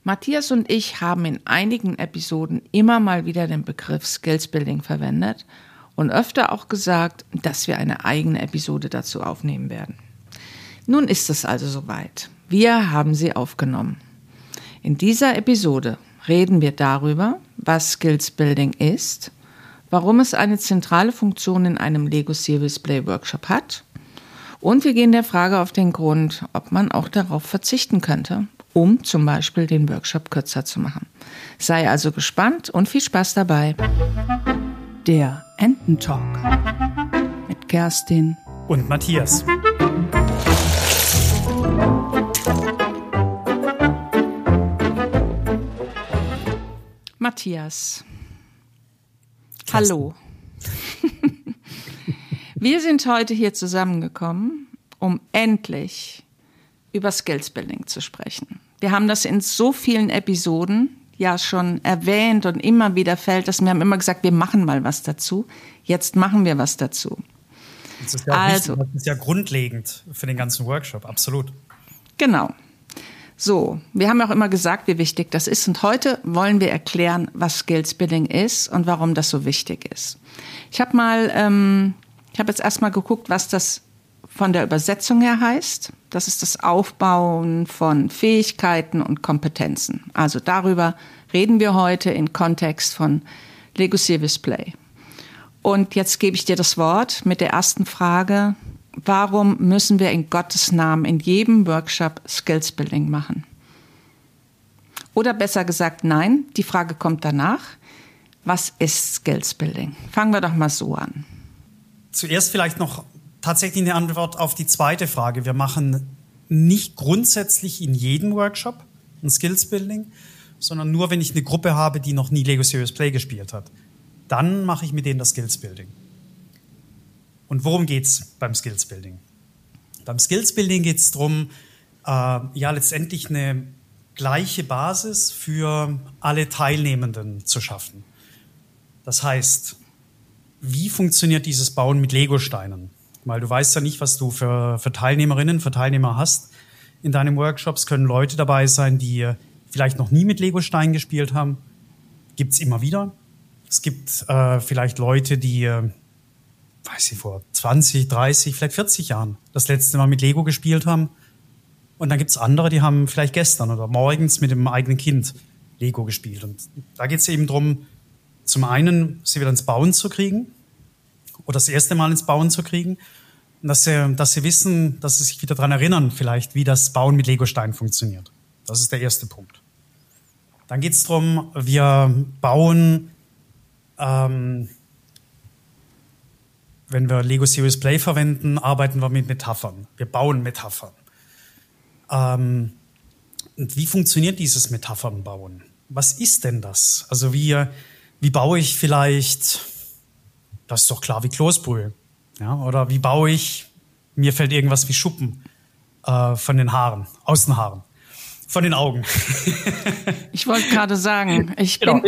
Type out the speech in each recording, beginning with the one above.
Matthias und ich haben in einigen Episoden immer mal wieder den Begriff Skills Building verwendet und öfter auch gesagt, dass wir eine eigene Episode dazu aufnehmen werden. Nun ist es also soweit. Wir haben sie aufgenommen. In dieser Episode reden wir darüber, was Skills Building ist, warum es eine zentrale Funktion in einem Lego Serious Play Workshop hat und wir gehen der Frage auf den Grund, ob man auch darauf verzichten könnte, um zum Beispiel den Workshop kürzer zu machen. Sei also gespannt und viel Spaß dabei. Der Ententalk mit Kerstin und Matthias. Matthias. Hallo. Wir sind heute hier zusammengekommen, um endlich über Skills Building zu sprechen. Wir haben das in so vielen Episoden ja schon erwähnt und immer wieder fällt das. Wir haben immer gesagt, wir machen mal was dazu. Jetzt machen wir was dazu. Das ist ja wichtig, das ist ja grundlegend für den ganzen Workshop, absolut. Genau. So, wir haben auch immer gesagt, wie wichtig das ist. Und heute wollen wir erklären, was Skills Building ist und warum das so wichtig ist. Ich habe jetzt erstmal geguckt, was das von der Übersetzung her heißt. Das ist das Aufbauen von Fähigkeiten und Kompetenzen. Also darüber reden wir heute im Kontext von Lego Serious Play. Und jetzt gebe ich dir das Wort mit der ersten Frage. Warum müssen wir in Gottes Namen in jedem Workshop Skills Building machen? Oder besser gesagt, nein, die Frage kommt danach. Was ist Skills Building? Fangen wir doch mal so an. Zuerst vielleicht noch tatsächlich eine Antwort auf die zweite Frage. Wir machen nicht grundsätzlich in jedem Workshop ein Skills Building, sondern nur, wenn ich eine Gruppe habe, die noch nie Lego Serious Play gespielt hat. Dann mache ich mit denen das Skills Building. Und worum geht's beim Skills Building? Beim Skills Building geht es darum, letztendlich eine gleiche Basis für alle Teilnehmenden zu schaffen. Das heißt, wie funktioniert dieses Bauen mit Legosteinen? Weil du weißt ja nicht, was du für Teilnehmerinnen, für Teilnehmer hast. In deinem Workshop Es können Leute dabei sein, die vielleicht noch nie mit Legosteinen gespielt haben. Gibt's immer wieder. Es gibt vielleicht Leute, die vor 20, 30, vielleicht 40 Jahren das letzte Mal mit Lego gespielt haben. Und dann gibt's andere, die haben vielleicht gestern oder morgens mit dem eigenen Kind Lego gespielt. Und da geht's eben drum, zum einen sie wieder ins Bauen zu kriegen oder das erste Mal ins Bauen zu kriegen. Und dass sie wissen, dass sie sich wieder daran erinnern, vielleicht, wie das Bauen mit Legosteinen funktioniert. Das ist der erste Punkt. Dann geht's drum, wir bauen wenn wir Lego Serious Play verwenden, arbeiten wir mit Metaphern. Wir bauen Metaphern. Und wie funktioniert dieses Metaphernbauen? Was ist denn das? Also wie baue ich vielleicht, das ist doch klar, wie Kloßbrühe. Ja? Oder wie baue ich, mir fällt irgendwas wie Schuppen von den Haaren, aus den Haaren. Von den Augen. Ich wollte gerade sagen, ich bin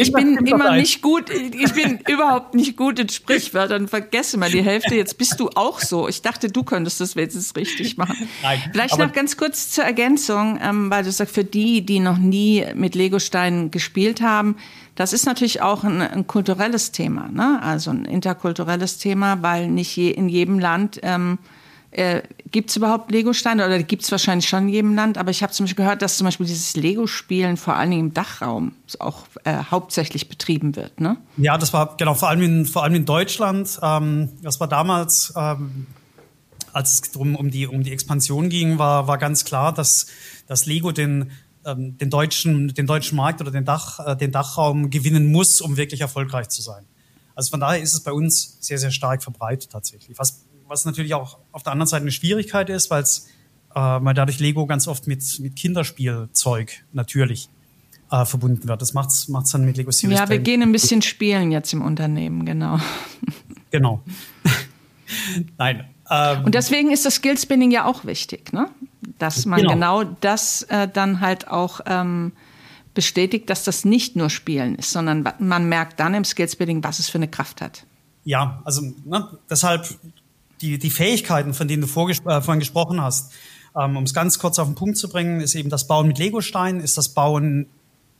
überhaupt nicht gut in Sprichwörtern, vergesse mal die Hälfte. Jetzt bist du auch so. Ich dachte, du könntest das wenigstens richtig machen. Nein, vielleicht noch ganz kurz zur Ergänzung, weil du sagst, für die noch nie mit Legosteinen gespielt haben, das ist natürlich auch ein kulturelles Thema, ne? Also ein interkulturelles Thema, weil nicht in jedem Land gibt es überhaupt Legosteine oder gibt es wahrscheinlich schon in jedem Land, aber ich habe zum Beispiel gehört, dass zum Beispiel dieses Lego-Spielen vor allen Dingen im Dachraum auch hauptsächlich betrieben wird, ne? Ja, das war genau vor allem in Deutschland. Das war damals, als es um die Expansion ging, war ganz klar, dass Lego den deutschen Markt oder den Dachraum gewinnen muss, um wirklich erfolgreich zu sein. Also von daher ist es bei uns sehr, sehr stark verbreitet tatsächlich. Was natürlich auch auf der anderen Seite eine Schwierigkeit ist, weil dadurch Lego ganz oft mit Kinderspielzeug natürlich verbunden wird. Das macht's dann mit Lego Serious Play. Ja, wir gehen ein bisschen spielen jetzt im Unternehmen, genau. Genau. Nein. Und deswegen ist das Skills Building ja auch wichtig, ne? Dass man genau das dann halt auch bestätigt, dass das nicht nur Spielen ist, sondern man merkt dann im Skills Building, was es für eine Kraft hat. Ja, also deshalb die Fähigkeiten, von denen du vorhin gesprochen hast, um es ganz kurz auf den Punkt zu bringen, ist eben das Bauen mit Legosteinen, ist das Bauen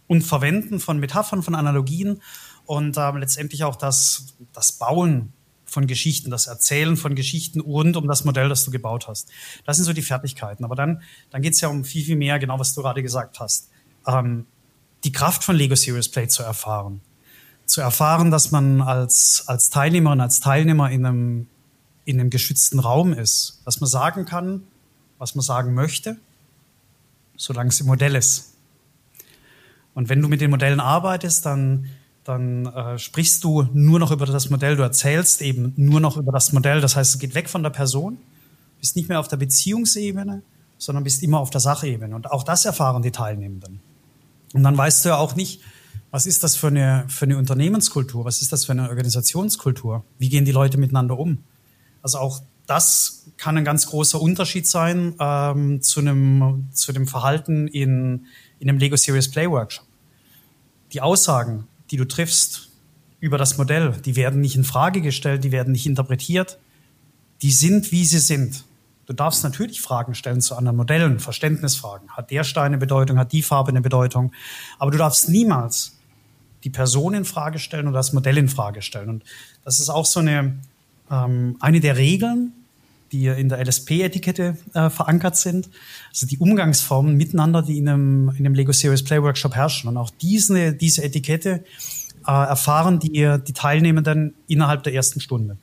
und Verwenden von Metaphern, von Analogien und letztendlich auch das Bauen von Geschichten, das Erzählen von Geschichten rund um das Modell, das du gebaut hast. Das sind so die Fertigkeiten. Aber dann geht es ja um viel, viel mehr, genau was du gerade gesagt hast. Die Kraft von Lego Serious Play zu erfahren. Zu erfahren, dass man als Teilnehmerin, als Teilnehmer in einem geschützten Raum ist. Dass man sagen kann, was man sagen möchte, solange es im Modell ist. Und wenn du mit den Modellen arbeitest, dann sprichst du nur noch über das Modell, du erzählst eben nur noch über das Modell. Das heißt, es geht weg von der Person, bist nicht mehr auf der Beziehungsebene, sondern bist immer auf der Sachebene. Und auch das erfahren die Teilnehmenden. Und dann weißt du ja auch nicht, was ist das für eine Unternehmenskultur, was ist das für eine Organisationskultur, wie gehen die Leute miteinander um. Also auch das kann ein ganz großer Unterschied sein zu dem Verhalten in einem Lego Serious Play Workshop. Die Aussagen, die du triffst über das Modell, die werden nicht in Frage gestellt, die werden nicht interpretiert. Die sind, wie sie sind. Du darfst natürlich Fragen stellen zu anderen Modellen, Verständnisfragen. Hat der Stein eine Bedeutung, hat die Farbe eine Bedeutung? Aber du darfst niemals die Person in Frage stellen oder das Modell in Frage stellen. Und das ist auch so eine der Regeln, die in der LSP-Etikette verankert sind. Also die Umgangsformen miteinander, die in einem Lego Serious Play Workshop herrschen. Und auch diese Etikette erfahren die Teilnehmenden innerhalb der ersten Stunde.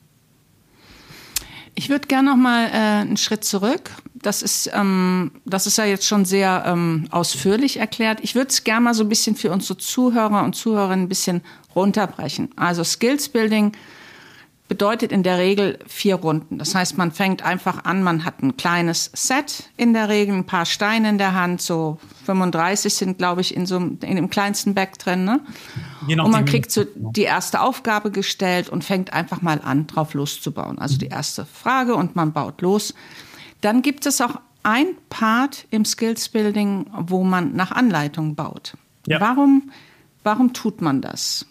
Ich würde gerne noch mal einen Schritt zurück. Das ist ja jetzt schon sehr ausführlich erklärt. Ich würde es gerne mal so ein bisschen für unsere Zuhörer und Zuhörerinnen ein bisschen runterbrechen. Also Skills Building bedeutet in der Regel 4 Runden. Das heißt, man fängt einfach an, man hat ein kleines Set in der Regel, ein paar Steine in der Hand, so 35 sind, glaube ich, in dem kleinsten Bag drin, ne? Und man kriegt so die erste Aufgabe gestellt und fängt einfach mal an, drauf loszubauen. Also die erste Frage und man baut los. Dann gibt es auch ein Part im Skills Building, wo man nach Anleitung baut. Ja. Warum tut man das?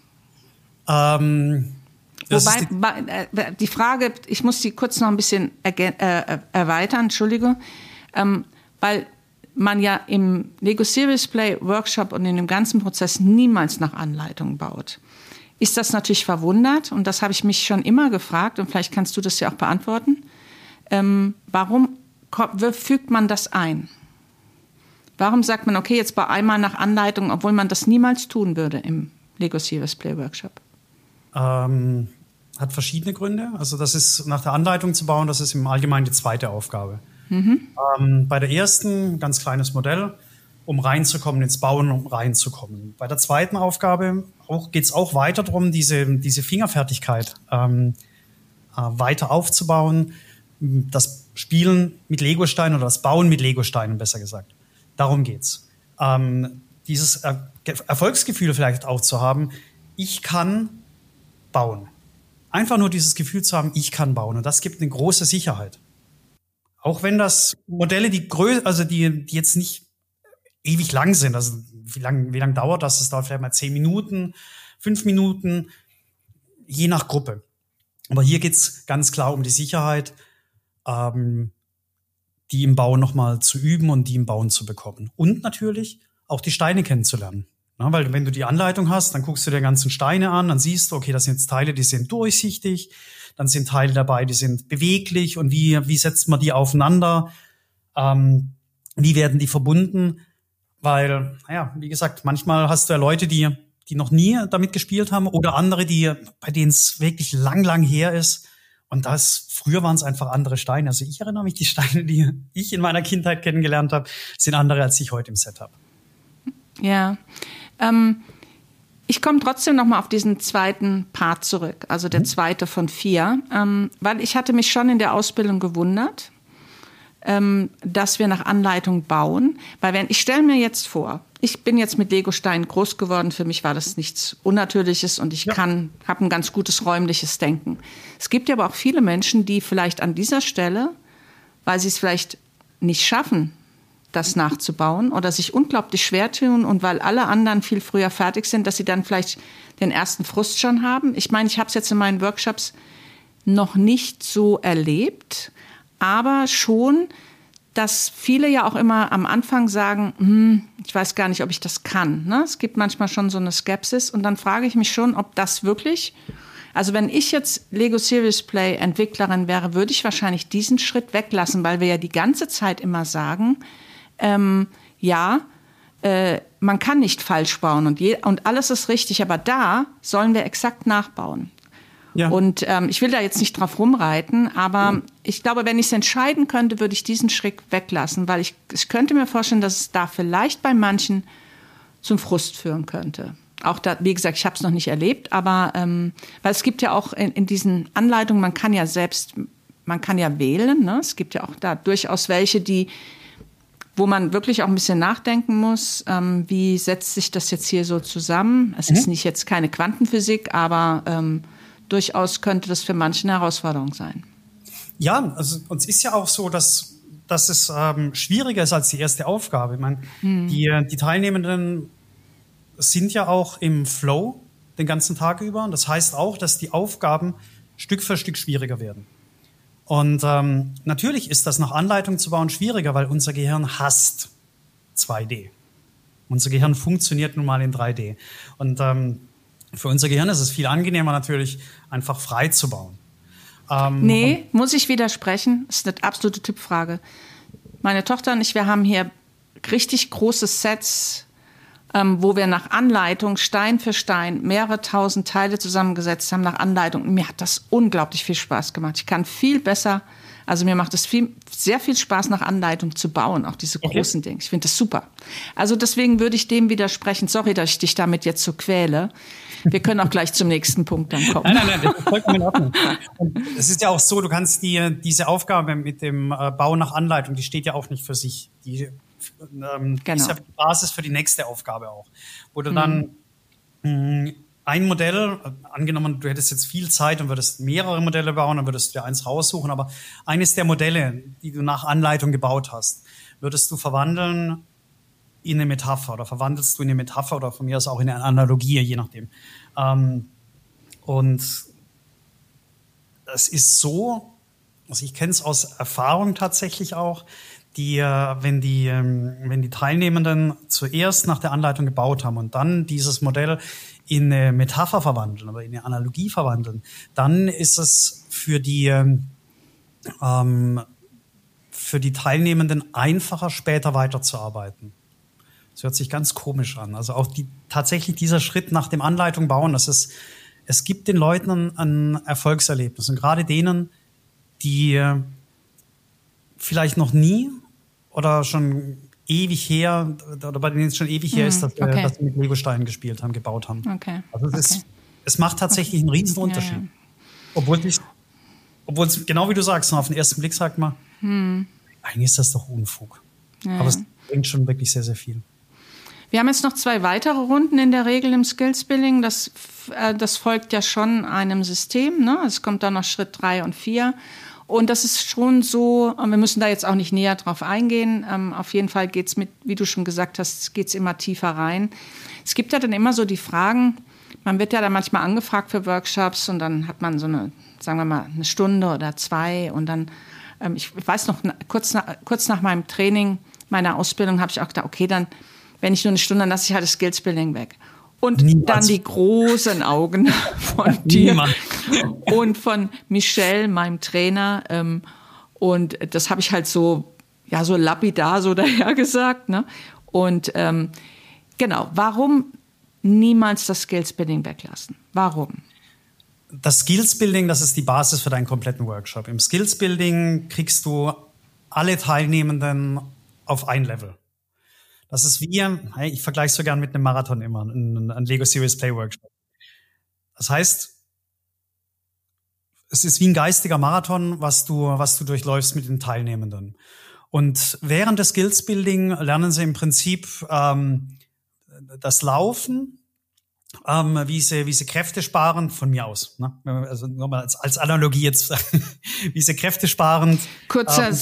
Wobei, die Frage, ich muss die kurz noch ein bisschen erweitern, Entschuldige, weil man ja im Lego Serious Play Workshop und in dem ganzen Prozess niemals nach Anleitung baut. Ist das natürlich verwundert und das habe ich mich schon immer gefragt und vielleicht kannst du das ja auch beantworten. Warum fügt man das ein? Warum sagt man, okay, jetzt baue einmal nach Anleitung, obwohl man das niemals tun würde im Lego Serious Play Workshop? Hat verschiedene Gründe. Also das ist nach der Anleitung zu bauen, das ist im Allgemeinen die zweite Aufgabe. Bei der ersten, ganz kleines Modell, um reinzukommen ins Bauen, um reinzukommen. Bei der zweiten Aufgabe geht es auch weiter darum, diese Fingerfertigkeit weiter aufzubauen, das Spielen mit Legosteinen oder das Bauen mit Legosteinen, besser gesagt. Darum geht's. Dieses Erfolgsgefühl vielleicht auch zu haben, ich kann bauen. Einfach nur dieses Gefühl zu haben, ich kann bauen. Und das gibt eine große Sicherheit. Auch wenn das Modelle, die jetzt nicht ewig lang sind, also wie lang dauert das? Das dauert vielleicht mal 10 Minuten, 5 Minuten, je nach Gruppe. Aber hier geht's ganz klar um die Sicherheit, die im Bauen nochmal zu üben und die im Bauen zu bekommen. Und natürlich auch die Steine kennenzulernen. Na, weil wenn du die Anleitung hast, dann guckst du dir die ganzen Steine an, dann siehst du, okay, das sind jetzt Teile, die sind durchsichtig, dann sind Teile dabei, die sind beweglich und wie setzt man die aufeinander, wie werden die verbunden, weil, naja, wie gesagt, manchmal hast du ja Leute, die noch nie damit gespielt haben oder andere, bei denen es wirklich lang her ist und früher waren es einfach andere Steine. Also ich erinnere mich, die Steine, die ich in meiner Kindheit kennengelernt habe, sind andere, als ich heute im Set habe. Ja, ich komme trotzdem noch mal auf diesen zweiten Part zurück, also der zweite von 4, weil ich hatte mich schon in der Ausbildung gewundert, dass wir nach Anleitung bauen, weil ich stelle mir jetzt vor, ich bin jetzt mit Legosteinen groß geworden, für mich war das nichts Unnatürliches und ich habe ein ganz gutes räumliches Denken. Es gibt ja aber auch viele Menschen, die vielleicht an dieser Stelle, weil sie es vielleicht nicht schaffen, das nachzubauen oder sich unglaublich schwer tun und weil alle anderen viel früher fertig sind, dass sie dann vielleicht den ersten Frust schon haben. Ich meine, ich habe es jetzt in meinen Workshops noch nicht so erlebt, aber schon, dass viele ja auch immer am Anfang sagen, ich weiß gar nicht, ob ich das kann. Ne? Es gibt manchmal schon so eine Skepsis und dann frage ich mich schon, ob das wirklich, also wenn ich jetzt Lego Serious Play Entwicklerin wäre, würde ich wahrscheinlich diesen Schritt weglassen, weil wir ja die ganze Zeit immer sagen, man kann nicht falsch bauen und alles ist richtig, aber da sollen wir exakt nachbauen. Ja. Und ich will da jetzt nicht drauf rumreiten, aber ich glaube, wenn ich es entscheiden könnte, würde ich diesen Schritt weglassen, weil ich könnte mir vorstellen, dass es da vielleicht bei manchen zum Frust führen könnte. Auch da, wie gesagt, ich habe es noch nicht erlebt, aber weil es gibt ja auch in diesen Anleitungen, man kann ja wählen, ne? Es gibt ja auch da durchaus welche, wo man wirklich auch ein bisschen nachdenken muss, wie setzt sich das jetzt hier so zusammen. Es ist nicht jetzt keine Quantenphysik, aber durchaus könnte das für manche eine Herausforderung sein. Ja, also uns ist ja auch so, dass es schwieriger ist als die erste Aufgabe. Ich meine, die Teilnehmenden sind ja auch im Flow den ganzen Tag über. Und das heißt auch, dass die Aufgaben Stück für Stück schwieriger werden. Und natürlich ist das nach Anleitung zu bauen schwieriger, weil unser Gehirn hasst 2D. Unser Gehirn funktioniert nun mal in 3D. Und für unser Gehirn ist es viel angenehmer natürlich, einfach frei zu bauen. Nee, muss ich widersprechen. Das ist eine absolute Typfrage. Meine Tochter und ich, wir haben hier richtig große Sets, wo wir nach Anleitung Stein für Stein mehrere tausend Teile zusammengesetzt haben nach Anleitung. Und mir hat das unglaublich viel Spaß gemacht. Ich kann viel besser, also mir macht es sehr viel Spaß nach Anleitung zu bauen, auch diese großen Dinge. Ich finde das super. Also deswegen würde ich dem widersprechen. Sorry, dass ich dich damit jetzt so quäle. Wir können auch gleich zum nächsten Punkt dann kommen. Nein, das ist vollkommen in Ordnung. Und es ist ja auch so, du kannst diese Aufgabe mit dem Bau nach Anleitung, die steht ja auch nicht für sich. Die ist ja die Basis für die nächste Aufgabe auch. Wo du dann ein Modell, angenommen, du hättest jetzt viel Zeit und würdest mehrere Modelle bauen, dann würdest du dir eins raussuchen, aber eines der Modelle, die du nach Anleitung gebaut hast, würdest du verwandeln in eine Metapher oder verwandelst du in eine Metapher oder von mir aus auch in eine Analogie, je nachdem. Und es ist so, also ich kenne es aus Erfahrung tatsächlich auch, wenn die Teilnehmenden zuerst nach der Anleitung gebaut haben und dann dieses Modell in eine Metapher verwandeln oder in eine Analogie verwandeln, dann ist es für die Teilnehmenden einfacher, später weiterzuarbeiten. Das hört sich ganz komisch an. Also auch tatsächlich dieser Schritt nach dem Anleitung bauen, es gibt den Leuten ein Erfolgserlebnis. Und gerade denen, die vielleicht noch nie oder schon ewig her, oder bei denen es schon ewig her ist, dass sie mit Legosteinen gebaut haben. Okay. Also es macht tatsächlich einen riesen Unterschied. Ja. Obwohl es, genau wie du sagst, auf den ersten Blick sagt man, eigentlich ist das doch Unfug. Ja. Aber es bringt schon wirklich sehr, sehr viel. Wir haben jetzt noch 2 weitere Runden in der Regel im Skills Building. Das folgt ja schon einem System, ne? Es kommt dann noch Schritt 3 und 4. Und das ist schon so, wir müssen da jetzt auch nicht näher drauf eingehen. Auf jeden Fall geht's wie du schon gesagt hast, geht's immer tiefer rein. Es gibt ja dann immer so die Fragen, man wird ja dann manchmal angefragt für Workshops und dann hat man so eine, sagen wir mal, eine Stunde oder 2 und dann, ich weiß noch, kurz nach meinem Training, meiner Ausbildung, habe ich auch gedacht, okay, dann, wenn ich nur eine Stunde, dann lasse ich halt das Skills Building weg. Und dann die großen Augen von dir und von Michelle, meinem Trainer. Und das habe ich halt so lapidar so dahergesagt. Ne? Und genau, warum niemals das Skills Building weglassen? Warum? Das Skills Building, das ist die Basis für deinen kompletten Workshop. Im Skills Building kriegst du alle Teilnehmenden auf ein Level. Das ist ich vergleiche es so gern mit einem Marathon immer, ein Lego Serious Play Workshop. Das heißt, es ist wie ein geistiger Marathon, was du durchläufst mit den Teilnehmenden. Und während des Skills Building lernen sie im Prinzip das Laufen, wie sie Kräfte sparen, von mir aus, ne? Also nur mal als Analogie jetzt, wie sie Kräfte sparend. Kurzer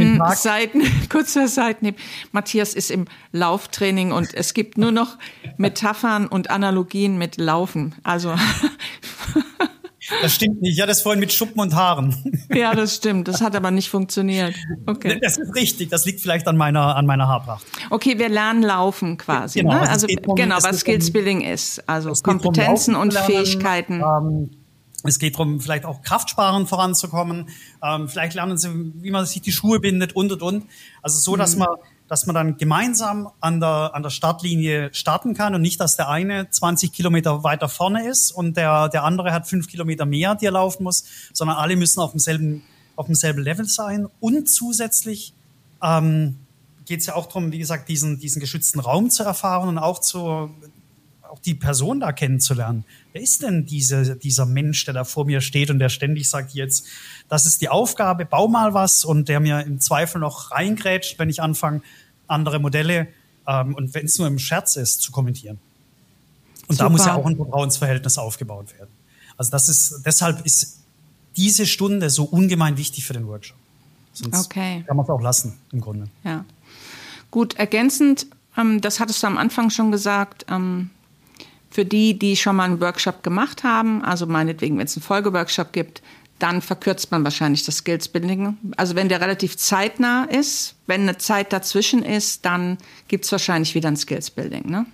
Seitenhieb. Matthias ist im Lauftraining und es gibt nur noch Metaphern und Analogien mit Laufen. Also Das stimmt nicht. Ich hatte es vorhin mit Schuppen und Haaren. Ja, das stimmt. Das hat aber nicht funktioniert. Okay. Das ist richtig. Das liegt vielleicht an meiner Haarpracht. Okay, wir lernen laufen quasi. Genau, ne? also was Skills Building ist. Also Kompetenzen und Fähigkeiten. Es geht darum, vielleicht auch Kraftsparend voranzukommen. Vielleicht lernen sie, wie man sich die Schuhe bindet und. Also so, dass man dann gemeinsam an der Startlinie starten kann und nicht, dass der eine 20 Kilometer weiter vorne ist und der andere hat 5 Kilometer mehr, die er laufen muss, sondern alle müssen auf demselben Level sein. Und zusätzlich geht es ja auch darum, wie gesagt, diesen geschützten Raum zu erfahren und auch die Person da kennenzulernen. Wer ist denn dieser Mensch, der da vor mir steht und der ständig sagt, jetzt, das ist die Aufgabe, bau mal was, und der mir im Zweifel noch reingrätscht, wenn ich anfange, andere Modelle, und wenn es nur im Scherz ist, zu kommentieren. Und Super. Da muss ja auch ein Vertrauensverhältnis aufgebaut werden. Also deshalb ist diese Stunde so ungemein wichtig für den Workshop. Sonst kann man es auch lassen, im Grunde. Ja. Gut, ergänzend, das hattest du am Anfang schon gesagt, für die schon mal einen Workshop gemacht haben, also meinetwegen, wenn es einen Folgeworkshop gibt, dann verkürzt man wahrscheinlich das Skills Building. Also wenn der relativ zeitnah ist, wenn eine Zeit dazwischen ist, dann gibt es wahrscheinlich wieder ein Skills Building, ne?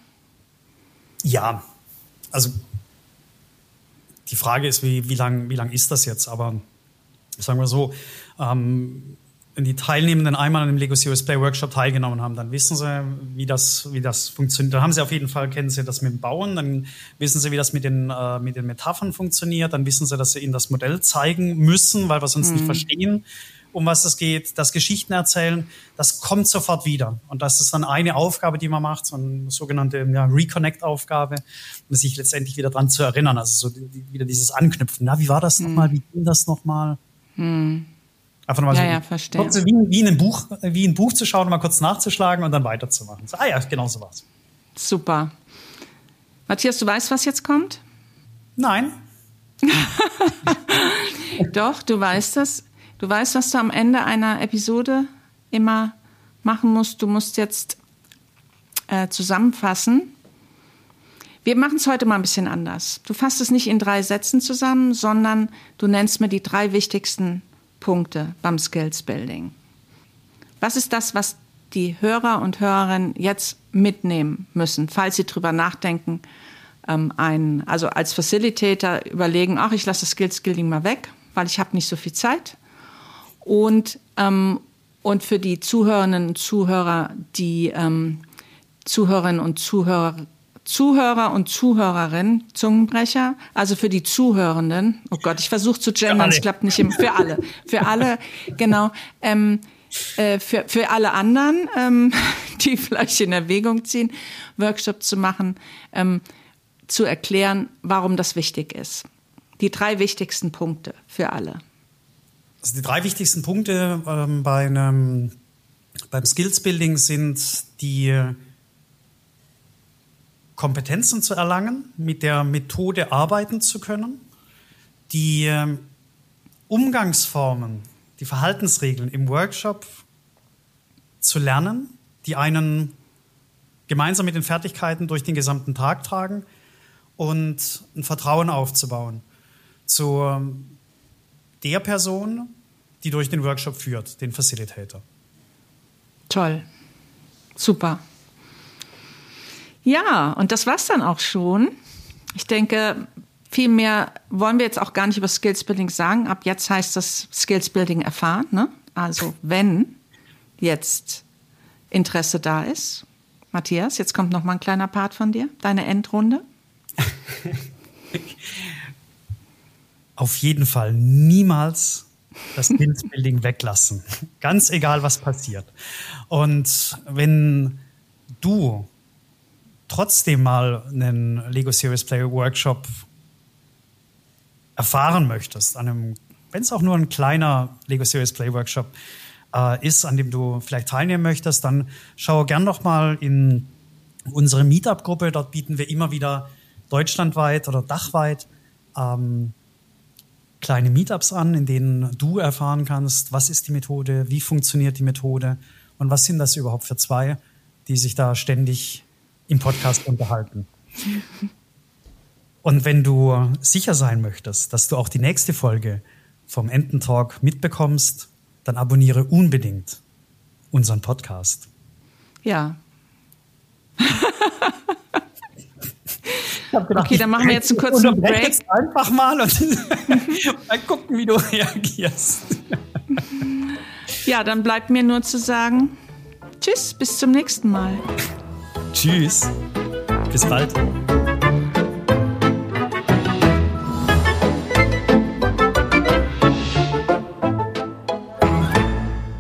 Ja, also die Frage ist, wie lang ist das jetzt? Aber sagen wir so, wenn die Teilnehmenden einmal an dem Lego Serious Play Workshop teilgenommen haben, dann wissen sie, wie das funktioniert. Dann haben sie auf jeden Fall, kennen sie das mit dem Bauen, dann wissen sie, wie das mit den Metaphern funktioniert, dann wissen sie, dass sie ihnen das Modell zeigen müssen, weil wir sonst nicht verstehen, um was es geht. Das Geschichten erzählen, das kommt sofort wieder. Und das ist dann eine Aufgabe, die man macht, so eine sogenannte Reconnect-Aufgabe, um sich letztendlich wieder dran zu erinnern. Also so wieder dieses Anknüpfen. Na, wie war das nochmal? Wie ging das nochmal? Einfach nochmal verstehe. So wie ein Buch zu schauen, mal kurz nachzuschlagen und dann weiterzumachen. So, genau so war's. Super. Matthias, du weißt, was jetzt kommt? Nein. Doch, du weißt das. Du weißt, was du am Ende einer Episode immer machen musst. Du musst jetzt zusammenfassen. Wir machen es heute mal ein bisschen anders. Du fasst es nicht in 3 Sätzen zusammen, sondern du nennst mir die 3 wichtigsten Punkte beim Skills Building. Was ist das, was die Hörer und Hörerinnen jetzt mitnehmen müssen, falls sie drüber nachdenken, also als Facilitator überlegen, ich lasse das Skills Building mal weg, weil ich habe nicht so viel Zeit. Und für die Zuhörerinnen und Zuhörer, die Zuhörerinnen und Zuhörer und Zuhörerinnen, Zungenbrecher, also für die Zuhörenden, oh Gott, ich versuche zu gendern, es klappt nicht immer, für alle, genau, für alle anderen, die vielleicht in Erwägung ziehen, Workshop zu machen, zu erklären, warum das wichtig ist. Die 3 wichtigsten Punkte für alle. Also die 3 wichtigsten Punkte beim Skills Building sind die Kompetenzen zu erlangen, mit der Methode arbeiten zu können, die Umgangsformen, die Verhaltensregeln im Workshop zu lernen, die einen gemeinsam mit den Fertigkeiten durch den gesamten Tag tragen und ein Vertrauen aufzubauen zu der Person, die durch den Workshop führt, den Facilitator. Toll. Super. Ja, und das war's dann auch schon. Ich denke, viel mehr wollen wir jetzt auch gar nicht über Skills Building sagen. Ab jetzt heißt das Skills Building erfahren, ne? Also wenn jetzt Interesse da ist. Matthias, jetzt kommt noch mal ein kleiner Part von dir, deine Endrunde. Auf jeden Fall niemals das Skills Building weglassen. Ganz egal, was passiert. Und wenn du trotzdem mal einen Lego Serious Play Workshop erfahren möchtest, wenn es auch nur ein kleiner Lego Serious Play Workshop ist, an dem du vielleicht teilnehmen möchtest, dann schau gern noch mal in unsere Meetup-Gruppe. Dort bieten wir immer wieder deutschlandweit oder dachweit kleine Meetups an, in denen du erfahren kannst, was ist die Methode, wie funktioniert die Methode und was sind das überhaupt für 2, die sich da ständig im Podcast unterhalten. Und wenn du sicher sein möchtest, dass du auch die nächste Folge vom Ententalk mitbekommst, dann abonniere unbedingt unseren Podcast. Ja. Okay, dann machen wir jetzt einen kurzen Break. Jetzt einfach mal und mal gucken, wie du reagierst. Ja, dann bleibt mir nur zu sagen, tschüss, bis zum nächsten Mal. Tschüss, bis bald.